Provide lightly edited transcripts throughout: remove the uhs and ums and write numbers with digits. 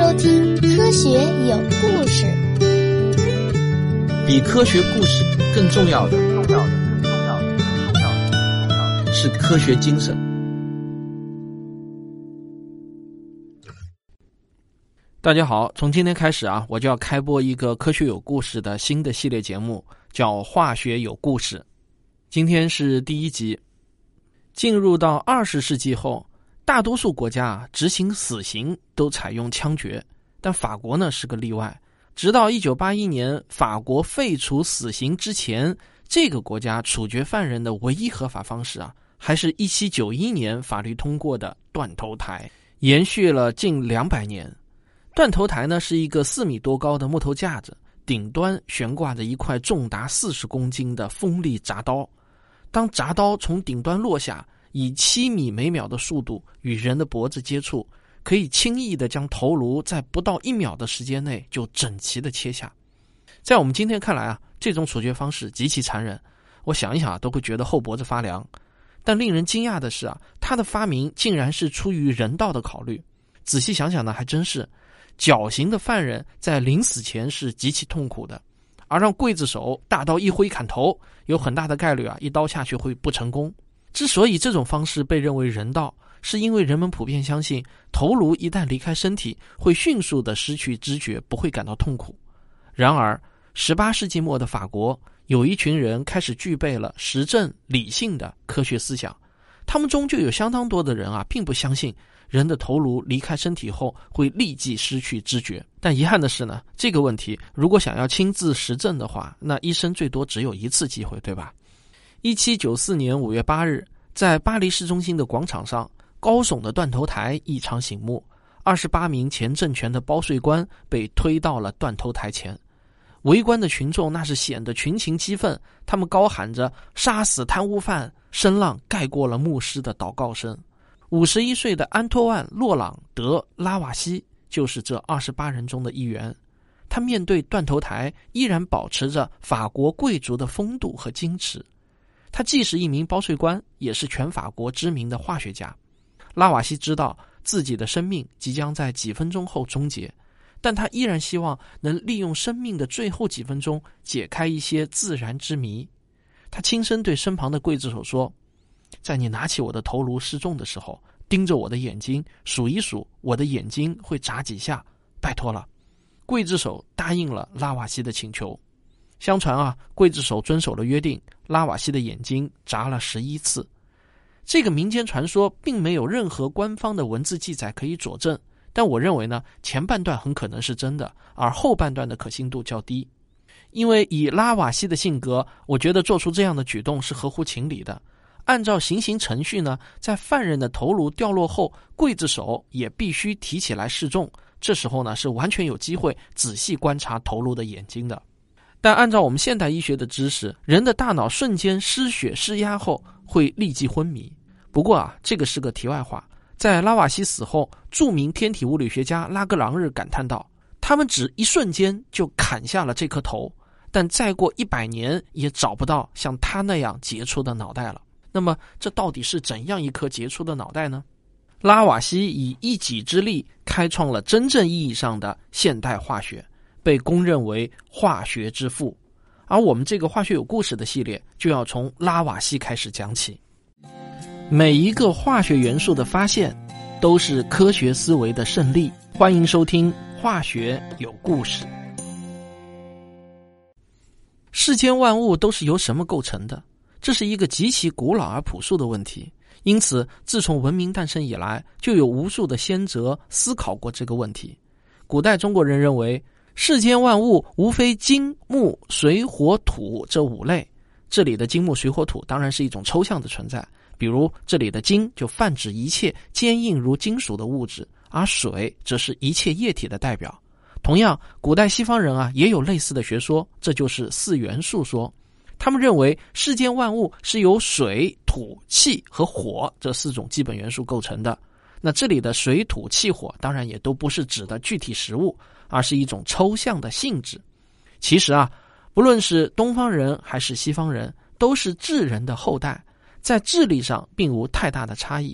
听科学有故事。 比科学故事更重要的是科学精神。大家好，从今天开始我就要开播一个科学有故事的新的系列节目，叫化学有故事。今天是第1集。进入到20世纪后，大多数国家执行死刑都采用枪决，但法国呢是个例外。直到1981年法国废除死刑之前，这个国家处决犯人的唯一合法方式还是1791年法律通过的断头台，延续了近200年。断头台呢是一个4米多高的木头架子，顶端悬挂着一块重达40公斤的锋利铡刀。当铡刀从顶端落下，以7米每秒的速度与人的脖子接触，可以轻易地将头颅在不到1秒的时间内就整齐地切下。在我们今天看来这种处决方式极其残忍，我想一想都会觉得后脖子发凉。但令人惊讶的是它的发明竟然是出于人道的考虑。仔细想想呢，还真是。绞刑的犯人在临死前是极其痛苦的，而让刽子手大刀一挥砍头，有很大的概率一刀下去会不成功。之所以这种方式被认为人道，是因为人们普遍相信头颅一旦离开身体会迅速地失去知觉，不会感到痛苦。然而18世纪末的法国有一群人开始具备了实证理性的科学思想，他们中就有相当多的人并不相信人的头颅离开身体后会立即失去知觉。但遗憾的是呢，这个问题如果想要亲自实证的话，那一生最多只有1次机会，对吧？1794年5月8日，在巴黎市中心的广场上，高耸的断头台异常醒目，28名前政权的包税官被推到了断头台前。围观的群众那是显得群情激愤，他们高喊着杀死贪污犯，声浪盖过了牧师的祷告声。51岁的安托万·洛朗德·拉瓦西就是这28人中的一员。他面对断头台依然保持着法国贵族的风度和矜持。他既是一名包税官，也是全法国知名的化学家。拉瓦西知道自己的生命即将在几分钟后终结，但他依然希望能利用生命的最后几分钟解开一些自然之谜。他轻声对身旁的刽子手说，在你拿起我的头颅示众的时候，盯着我的眼睛数一数我的眼睛会眨几下，拜托了。刽子手答应了拉瓦西的请求。相传刽子手遵守了约定，拉瓦西的眼睛眨了11次。这个民间传说并没有任何官方的文字记载可以佐证，但我认为呢，前半段很可能是真的，而后半段的可信度较低。因为以拉瓦西的性格，我觉得做出这样的举动是合乎情理的。按照行刑程序呢，在犯人的头颅掉落后，刽子手也必须提起来示众，这时候呢是完全有机会仔细观察头颅的眼睛的。但按照我们现代医学的知识，人的大脑瞬间失血失压后会立即昏迷。不过这个是个题外话。在拉瓦西死后，著名天体物理学家拉格朗日感叹道，他们只一瞬间就砍下了这颗头，但再过100年也找不到像他那样杰出的脑袋了。那么这到底是怎样一颗杰出的脑袋呢？拉瓦西以一己之力开创了真正意义上的现代化学，被公认为化学之父。而我们这个化学有故事的系列就要从拉瓦西开始讲起。每一个化学元素的发现都是科学思维的胜利。欢迎收听化学有故事。世间万物都是由什么构成的？这是一个极其古老而朴素的问题，因此自从文明诞生以来，就有无数的先哲思考过这个问题。古代中国人认为世间万物无非金木水火土这5类，这里的金木水火土当然是一种抽象的存在，比如这里的金就泛指一切坚硬如金属的物质，而水则是一切液体的代表。同样，古代西方人也有类似的学说，这就是4元素说。他们认为世间万物是由水、土、气和火这4种基本元素构成的。那这里的水、土、气、火当然也都不是指的具体实物，而是一种抽象的性质。其实不论是东方人还是西方人，都是智人的后代，在智力上并无太大的差异。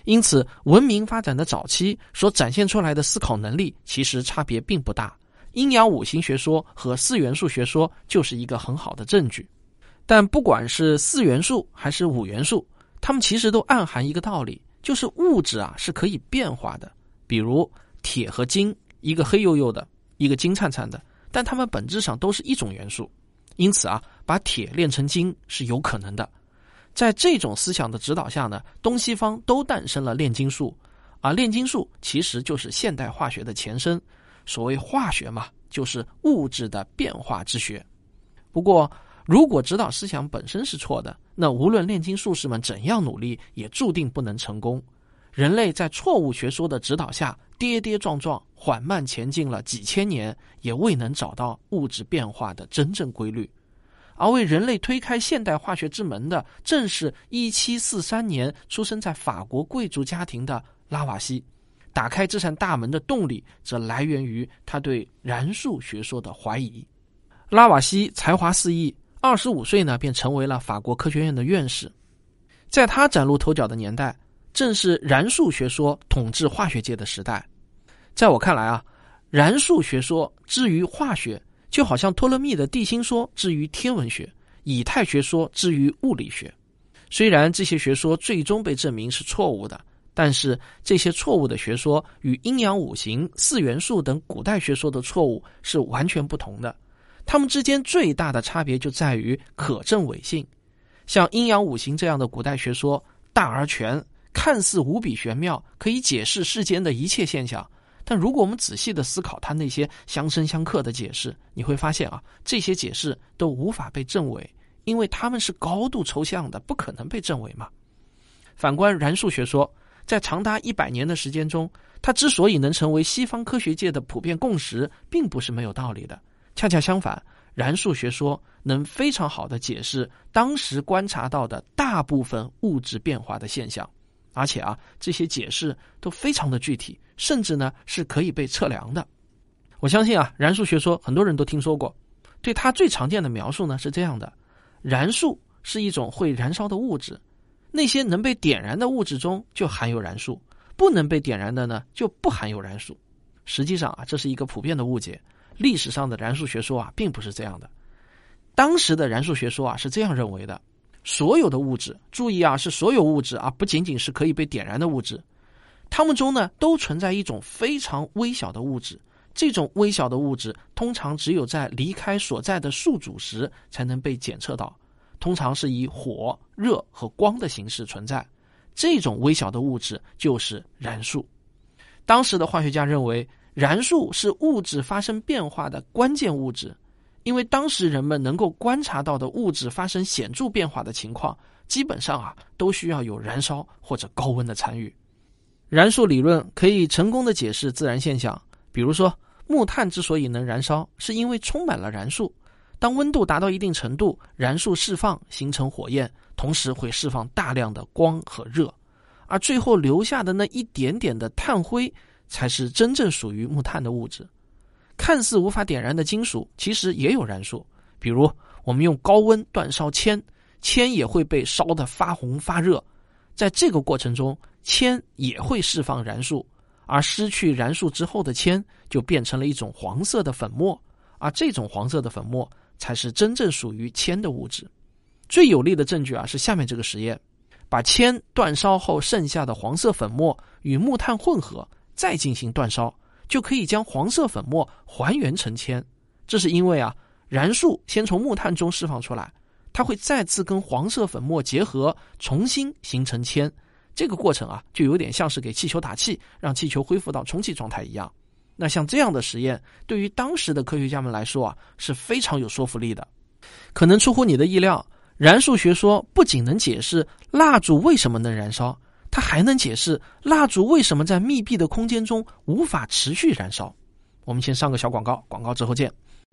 因此文明发展的早期所展现出来的思考能力其实差别并不大，阴阳五行学说和四元素学说就是一个很好的证据。但不管是四元素还是五元素，它们其实都暗含一个道理，就是物质啊是可以变化的。比如铁和金，一个黑黝黝的，一个金灿灿的，但它们本质上都是一种元素，因此啊，把铁炼成金是有可能的。在这种思想的指导下呢，东西方都诞生了炼金术，而炼金术其实就是现代化学的前身。所谓化学嘛，就是物质的变化之学。不过如果指导思想本身是错的，那无论炼金术士们怎样努力，也注定不能成功。人类在错误学说的指导下，跌跌撞撞，缓慢前进了几千年，也未能找到物质变化的真正规律。而为人类推开现代化学之门的，正是1743年出生在法国贵族家庭的拉瓦锡。打开这扇大门的动力，则来源于他对燃素学说的怀疑。拉瓦锡才华四溢，25岁呢便成为了法国科学院的院士。在他崭露头角的年代，正是燃素学说统治化学界的时代。在我看来啊，燃素学说之于化学，就好像托勒密的地心说之于天文学，以太学说之于物理学。虽然这些学说最终被证明是错误的，但是这些错误的学说与阴阳五行、四元素等古代学说的错误是完全不同的。它们之间最大的差别就在于可证伪性。像阴阳五行这样的古代学说，大而全，看似无比玄妙，可以解释世间的一切现象。但如果我们仔细的思考它那些相生相克的解释，你会发现啊，这些解释都无法被证伪，因为它们是高度抽象的，不可能被证伪嘛。反观燃素学说，在长达100年的时间中，它之所以能成为西方科学界的普遍共识，并不是没有道理的。恰恰相反，燃素学说能非常好地解释当时观察到的大部分物质变化的现象，而且啊，这些解释都非常的具体，甚至呢是可以被测量的。我相信啊，燃素学说很多人都听说过，对它最常见的描述呢是这样的：燃素是一种会燃烧的物质，那些能被点燃的物质中就含有燃素，不能被点燃的呢就不含有燃素。实际上啊，这是一个普遍的误解。历史上的燃素学说啊，并不是这样的。当时的燃素学说啊，是这样认为的：所有的物质，注意啊，是所有物质啊，不仅仅是可以被点燃的物质，它们中呢都存在一种非常微小的物质。这种微小的物质通常只有在离开所在的宿主时才能被检测到，通常是以火、热和光的形式存在。这种微小的物质就是燃素。当时的化学家认为，燃素是物质发生变化的关键物质，因为当时人们能够观察到的物质发生显著变化的情况，基本上啊都需要有燃烧或者高温的参与。燃素理论可以成功的解释自然现象，比如说木炭之所以能燃烧，是因为充满了燃素。当温度达到一定程度，燃素释放形成火焰，同时会释放大量的光和热，而最后留下的那一点点的炭灰才是真正属于木炭的物质。看似无法点燃的金属其实也有燃素，比如我们用高温煅烧铅，铅也会被烧得发红发热，在这个过程中铅也会释放燃素，而失去燃素之后的铅就变成了一种黄色的粉末，而这种黄色的粉末才是真正属于铅的物质。最有力的证据啊是下面这个实验：把铅煅烧后剩下的黄色粉末与木炭混合，再进行煅烧，就可以将黄色粉末还原成铅。这是因为啊，燃素先从木炭中释放出来，它会再次跟黄色粉末结合，重新形成铅。这个过程啊，就有点像是给气球打气，让气球恢复到充气状态一样。那像这样的实验，对于当时的科学家们来说啊，是非常有说服力的。可能出乎你的意料，燃素学说不仅能解释蜡烛为什么能燃烧，它还能解释蜡烛为什么在密闭的空间中无法持续燃烧。我们先上个小广告，广告之后见。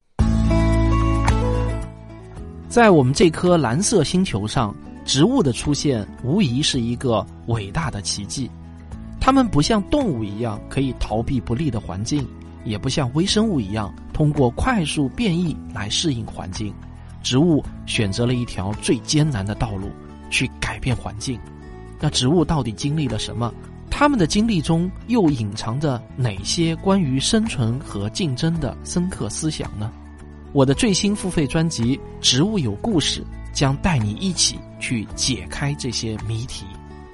在我们这颗蓝色星球上，植物的出现无疑是一个伟大的奇迹。它们不像动物一样可以逃避不利的环境，也不像微生物一样通过快速变异来适应环境。植物选择了一条最艰难的道路，去改变环境。那植物到底经历了什么？ 他们的经历中又隐藏着哪些关于生存和竞争的深刻思想呢？我的最新付费专辑《植物有故事》将带你一起去解开这些谜题。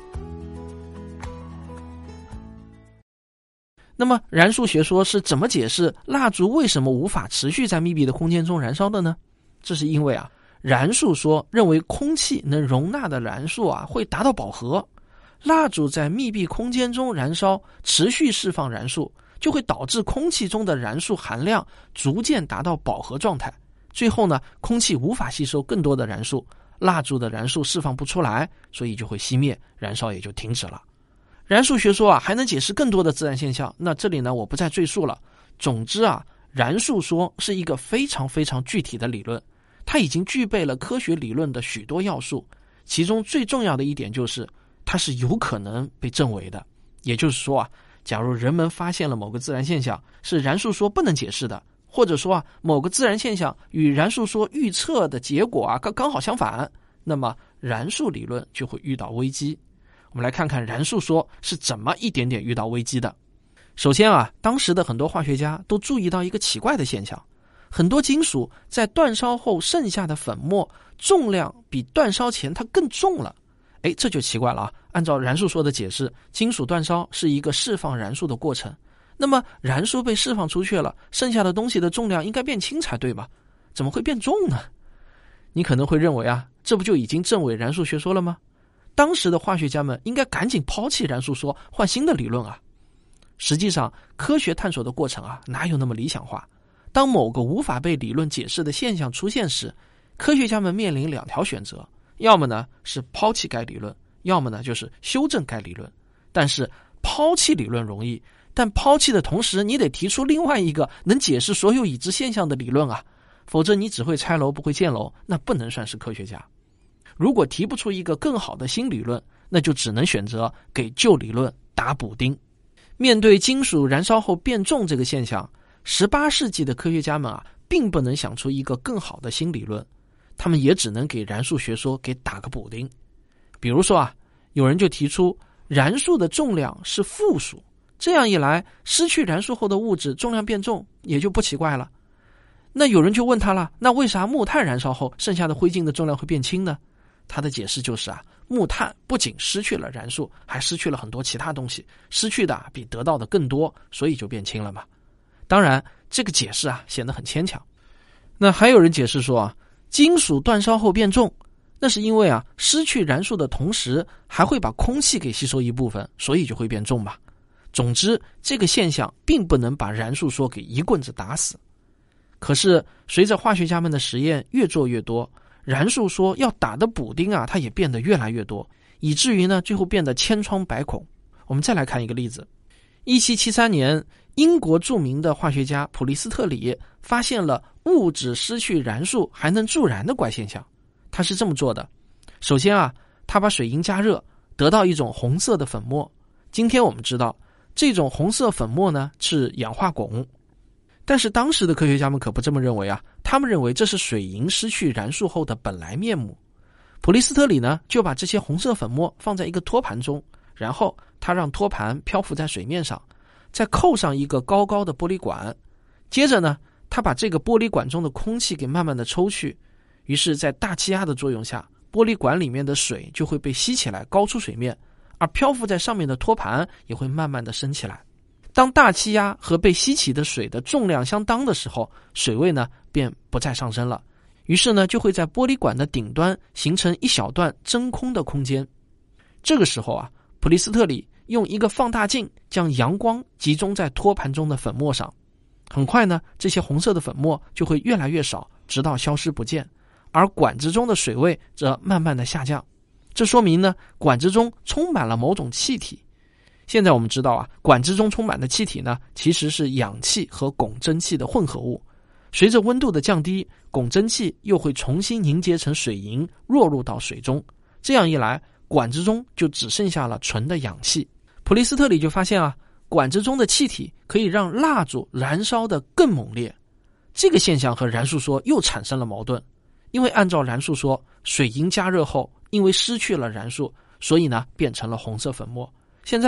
那么燃素学说是怎么解释蜡烛为什么无法持续在密闭的空间中燃烧的呢？这是因为燃素说认为空气能容纳的燃素会达到饱和，蜡烛在密闭空间中燃烧，持续释放燃素，就会导致空气中的燃素含量逐渐达到饱和状态，最后呢，空气无法吸收更多的燃素，蜡烛的燃素释放不出来，所以就会熄灭，燃烧也就停止了。燃素学说还能解释更多的自然现象，那这里呢我不再赘述了。总之燃素说是一个非常非常具体的理论，它已经具备了科学理论的许多要素，其中最重要的一点就是它是有可能被证伪的。也就是说假如人们发现了某个自然现象是燃素说不能解释的，或者说某个自然现象与燃素说预测的结果刚好相反，那么燃素理论就会遇到危机。我们来看看燃素说是怎么一点点遇到危机的。首先当时的很多化学家都注意到一个奇怪的现象，很多金属在煅烧后剩下的粉末重量比煅烧前它更重了。这就奇怪了按照燃素说的解释，金属煅烧是一个释放燃素的过程，那么燃素被释放出去了，剩下的东西的重量应该变轻才对吧？怎么会变重呢？你可能会认为这不就已经证伪燃素学说了吗？当时的化学家们应该赶紧抛弃燃素说，换新的理论实际上科学探索的过程哪有那么理想化？当某个无法被理论解释的现象出现时，科学家们面临两条选择，要么呢是抛弃该理论，要么呢就是修正该理论。但是抛弃理论容易，但抛弃的同时你得提出另外一个能解释所有已知现象的理论否则你只会拆楼不会建楼，那不能算是科学家。如果提不出一个更好的新理论，那就只能选择给旧理论打补丁。面对金属燃烧后变重这个现象，18世纪的科学家们并不能想出一个更好的新理论，他们也只能给燃素学说给打个补丁。比如说有人就提出燃素的重量是负数，这样一来失去燃素后的物质重量变重也就不奇怪了。那有人就问他了，那为啥木炭燃烧后剩下的灰烬的重量会变轻呢？他的解释就是木炭不仅失去了燃素，还失去了很多其他东西，失去的比得到的更多，所以就变轻了嘛。当然这个解释显得很牵强。那还有人解释说金属煅烧后变重，那是因为失去燃素的同时还会把空气给吸收一部分，所以就会变重嘛。总之这个现象并不能把燃素说给一棍子打死。可是随着化学家们的实验越做越多，燃素说要打的补丁它也变得越来越多，以至于呢最后变得千疮百孔。我们再来看一个例子。1773年英国著名的化学家普利斯特里发现了物质失去燃素还能助燃的怪现象。他是这么做的，首先他把水银加热，得到一种红色的粉末。今天我们知道这种红色粉末呢是氧化汞，但是当时的科学家们可不这么认为他们认为这是水银失去燃素后的本来面目。普利斯特里呢就把这些红色粉末放在一个托盘中，然后他让托盘漂浮在水面上，再扣上一个高高的玻璃管，接着呢他把这个玻璃管中的空气给慢慢的抽去，于是在大气压的作用下，玻璃管里面的水就会被吸起来高出水面，而漂浮在上面的托盘也会慢慢的升起来。当大气压和被吸起的水的重量相当的时候，水位呢便不再上升了，于是呢就会在玻璃管的顶端形成一小段真空的空间。这个时候普利斯特里用一个放大镜将阳光集中在托盘中的粉末上，很快呢这些红色的粉末就会越来越少，直到消失不见，而管子中的水位则慢慢的下降。这说明呢管子中充满了某种气体。现在我们知道管子中充满的气体呢其实是氧气和汞蒸气的混合物。随着温度的降低，汞蒸气又会重新凝结成水银落入到水中，这样一来管子中就只剩下了纯的氧气。普利斯特里就发现管子中的气体可以让蜡烛燃烧得更猛烈。这个现象和燃素说又产生了矛盾，因为按照燃素说，水银加热后因为失去了燃素，所以呢变成了红色粉末。现在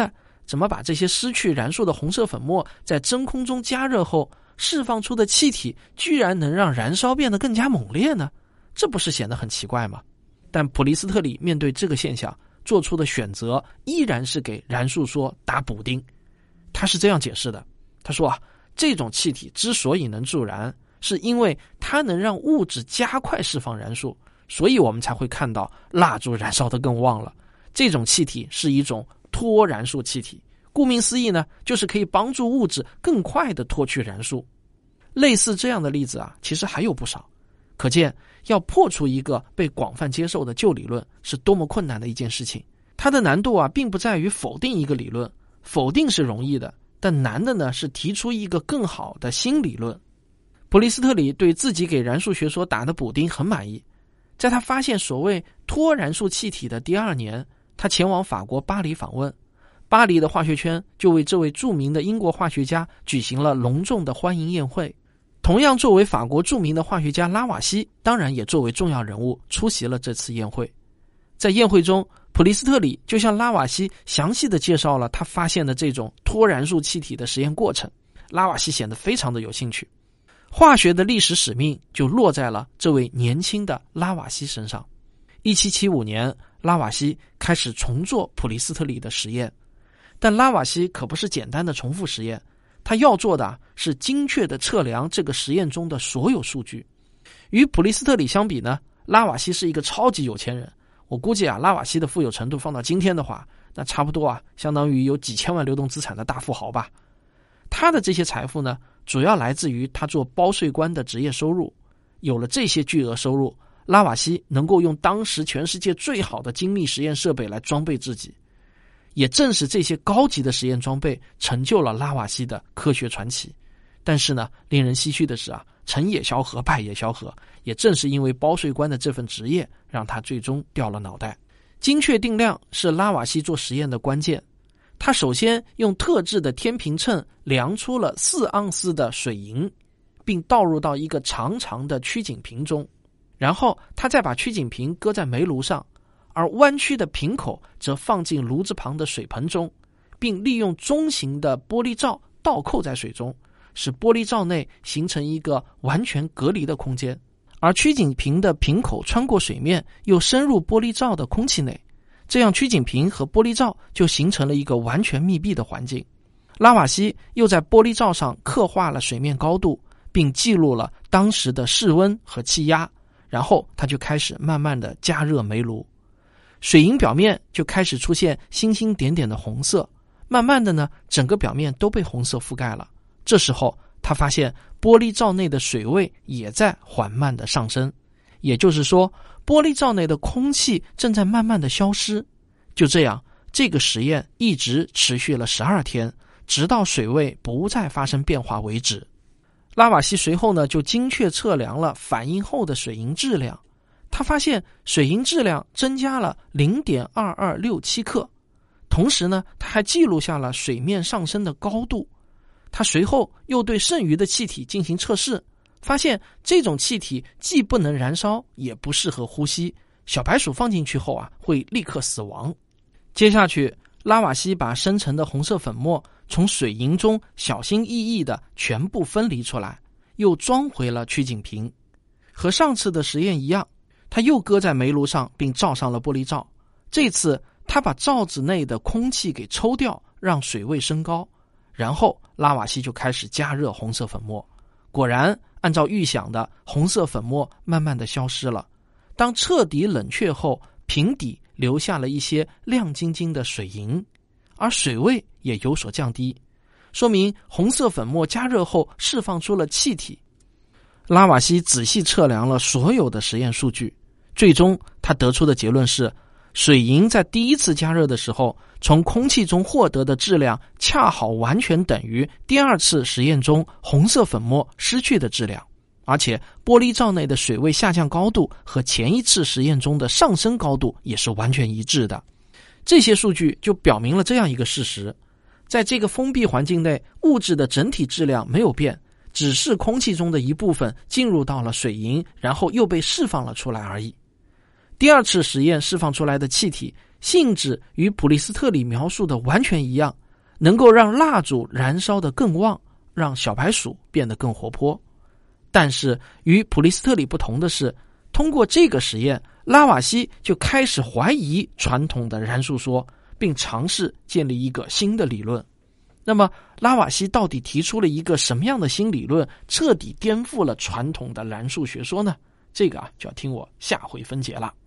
怎么把这些失去燃素的红色粉末在真空中加热后释放出的气体居然能让燃烧变得更加猛烈呢？这不是显得很奇怪吗？但普利斯特里面对这个现象做出的选择依然是给燃素说打补丁。他是这样解释的，他说这种气体之所以能助燃，是因为它能让物质加快释放燃素，所以我们才会看到蜡烛燃烧得更旺了。这种气体是一种脱燃素气体，顾名思义呢，就是可以帮助物质更快地脱去燃素。类似这样的例子其实还有不少，可见要破除一个被广泛接受的旧理论是多么困难的一件事情。它的难度并不在于否定一个理论，否定是容易的，但难的呢是提出一个更好的新理论。普利斯特里对自己给燃素学说打的补丁很满意，在他发现所谓脱燃素气体的第2年，他前往法国巴黎访问，巴黎的化学圈就为这位著名的英国化学家举行了隆重的欢迎宴会。同样作为法国著名的化学家拉瓦锡，当然也作为重要人物出席了这次宴会。在宴会中，普利斯特里就向拉瓦锡详细的介绍了他发现的这种脱燃素气体的实验过程，拉瓦锡显得非常的有兴趣。化学的历史使命就落在了这位年轻的拉瓦锡身上。1775年，拉瓦锡开始重做普利斯特里的实验，但拉瓦锡可不是简单的重复实验，他要做的是精确的测量这个实验中的所有数据。与普利斯特里相比呢，拉瓦锡是一个超级有钱人。我估计拉瓦锡的富有程度放到今天的话，那差不多相当于有几千万流动资产的大富豪吧。他的这些财富呢，主要来自于他做包税官的职业收入。有了这些巨额收入，拉瓦锡能够用当时全世界最好的精密实验设备来装备自己。也正是这些高级的实验装备成就了拉瓦锡的科学传奇。但是呢，令人唏嘘的是成也萧何，败也萧何。也正是因为包税官的这份职业，让他最终掉了脑袋。精确定量是拉瓦锡做实验的关键。他首先用特制的天平秤量出了4盎司的水银，并倒入到一个长长的曲颈瓶中，然后他再把曲颈瓶搁在煤炉上，而弯曲的瓶口则放进炉子旁的水盆中，并利用中型的玻璃罩倒扣在水中，使玻璃罩内形成一个完全隔离的空间，而曲颈瓶的瓶口穿过水面又深入玻璃罩的空气内，这样曲颈瓶和玻璃罩就形成了一个完全密闭的环境。拉瓦锡又在玻璃罩上刻画了水面高度，并记录了当时的室温和气压，然后他就开始慢慢的加热煤炉。水银表面就开始出现星星点点的红色，慢慢的呢，整个表面都被红色覆盖了。这时候他发现玻璃罩内的水位也在缓慢的上升，也就是说，玻璃罩内的空气正在慢慢的消失。就这样，这个实验一直持续了12天，直到水位不再发生变化为止。拉瓦锡随后呢，就精确测量了反应后的水银质量。他发现水银质量增加了 0.2267 克，同时呢，他还记录下了水面上升的高度。他随后又对剩余的气体进行测试，发现这种气体既不能燃烧，也不适合呼吸，小白鼠放进去后会立刻死亡。接下去，拉瓦锡把生成的红色粉末从水银中小心翼翼地全部分离出来，又装回了曲颈瓶。和上次的实验一样，他又搁在煤炉上并罩上了玻璃罩。这次他把罩子内的空气给抽掉，让水位升高，然后拉瓦锡就开始加热红色粉末。果然，按照预想的，红色粉末慢慢的消失了。当彻底冷却后，瓶底留下了一些亮晶晶的水银，而水位也有所降低，说明红色粉末加热后释放出了气体。拉瓦锡仔细测量了所有的实验数据，最终他得出的结论是，水银在第一次加热的时候，从空气中获得的质量恰好完全等于第二次实验中红色粉末失去的质量，而且玻璃罩内的水位下降高度和前一次实验中的上升高度也是完全一致的。这些数据就表明了这样一个事实，在这个封闭环境内，物质的整体质量没有变，只是空气中的一部分进入到了水银，然后又被释放了出来而已。第二次实验释放出来的气体性质与普利斯特里描述的完全一样， 能够让蜡烛燃烧得更旺，让小白鼠变得更活泼。但是与普利斯特里不同的是，通过这个实验，拉瓦锡就开始怀疑传统的燃素说，并尝试建立一个新的理论。那么拉瓦锡到底提出了一个什么样的新理论，彻底颠覆了传统的燃素学说呢？这个就要听我下回分解了。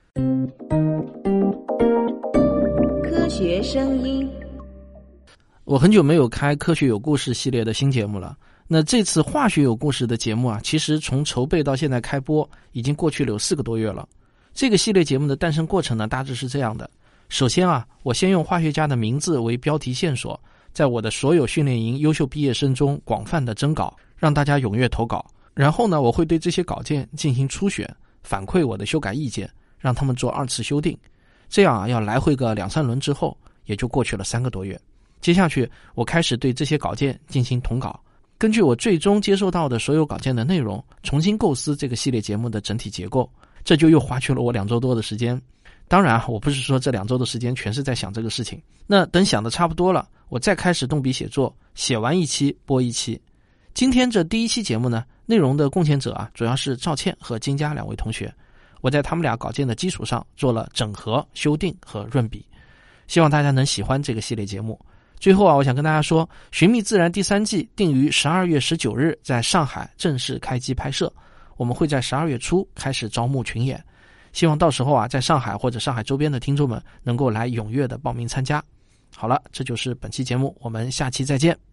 科学声音。 我很久没有开科学有故事系列的新节目了。那这次化学有故事的节目其实从筹备到现在开播已经过去了有4个多月了。这个系列节目的诞生过程呢，大致是这样的。首先我先用化学家的名字为标题线索，在我的所有训练营优秀毕业生中广泛的征稿，让大家踊跃投稿。然后呢，我会对这些稿件进行初选，反馈我的修改意见，让他们做2次修订。这样要来回个2-3轮之后，也就过去了3个多月。接下去我开始对这些稿件进行统稿，根据我最终接受到的所有稿件的内容，重新构思这个系列节目的整体结构，这就又花去了我2周多的时间。当然我不是说这2周的时间全是在想这个事情，那等想的差不多了，我再开始动笔写作，写完一期播一期。今天这第1期节目呢，内容的贡献者主要是赵倩和金佳2位同学，我在他们俩稿件的基础上做了整合、修订和润笔，希望大家能喜欢这个系列节目。最后我想跟大家说，寻觅自然第3季定于12月19日在上海正式开机拍摄，我们会在12月初开始招募群演，希望到时候在上海或者上海周边的听众们能够来踊跃的报名参加。好了，这就是本期节目，我们下期再见。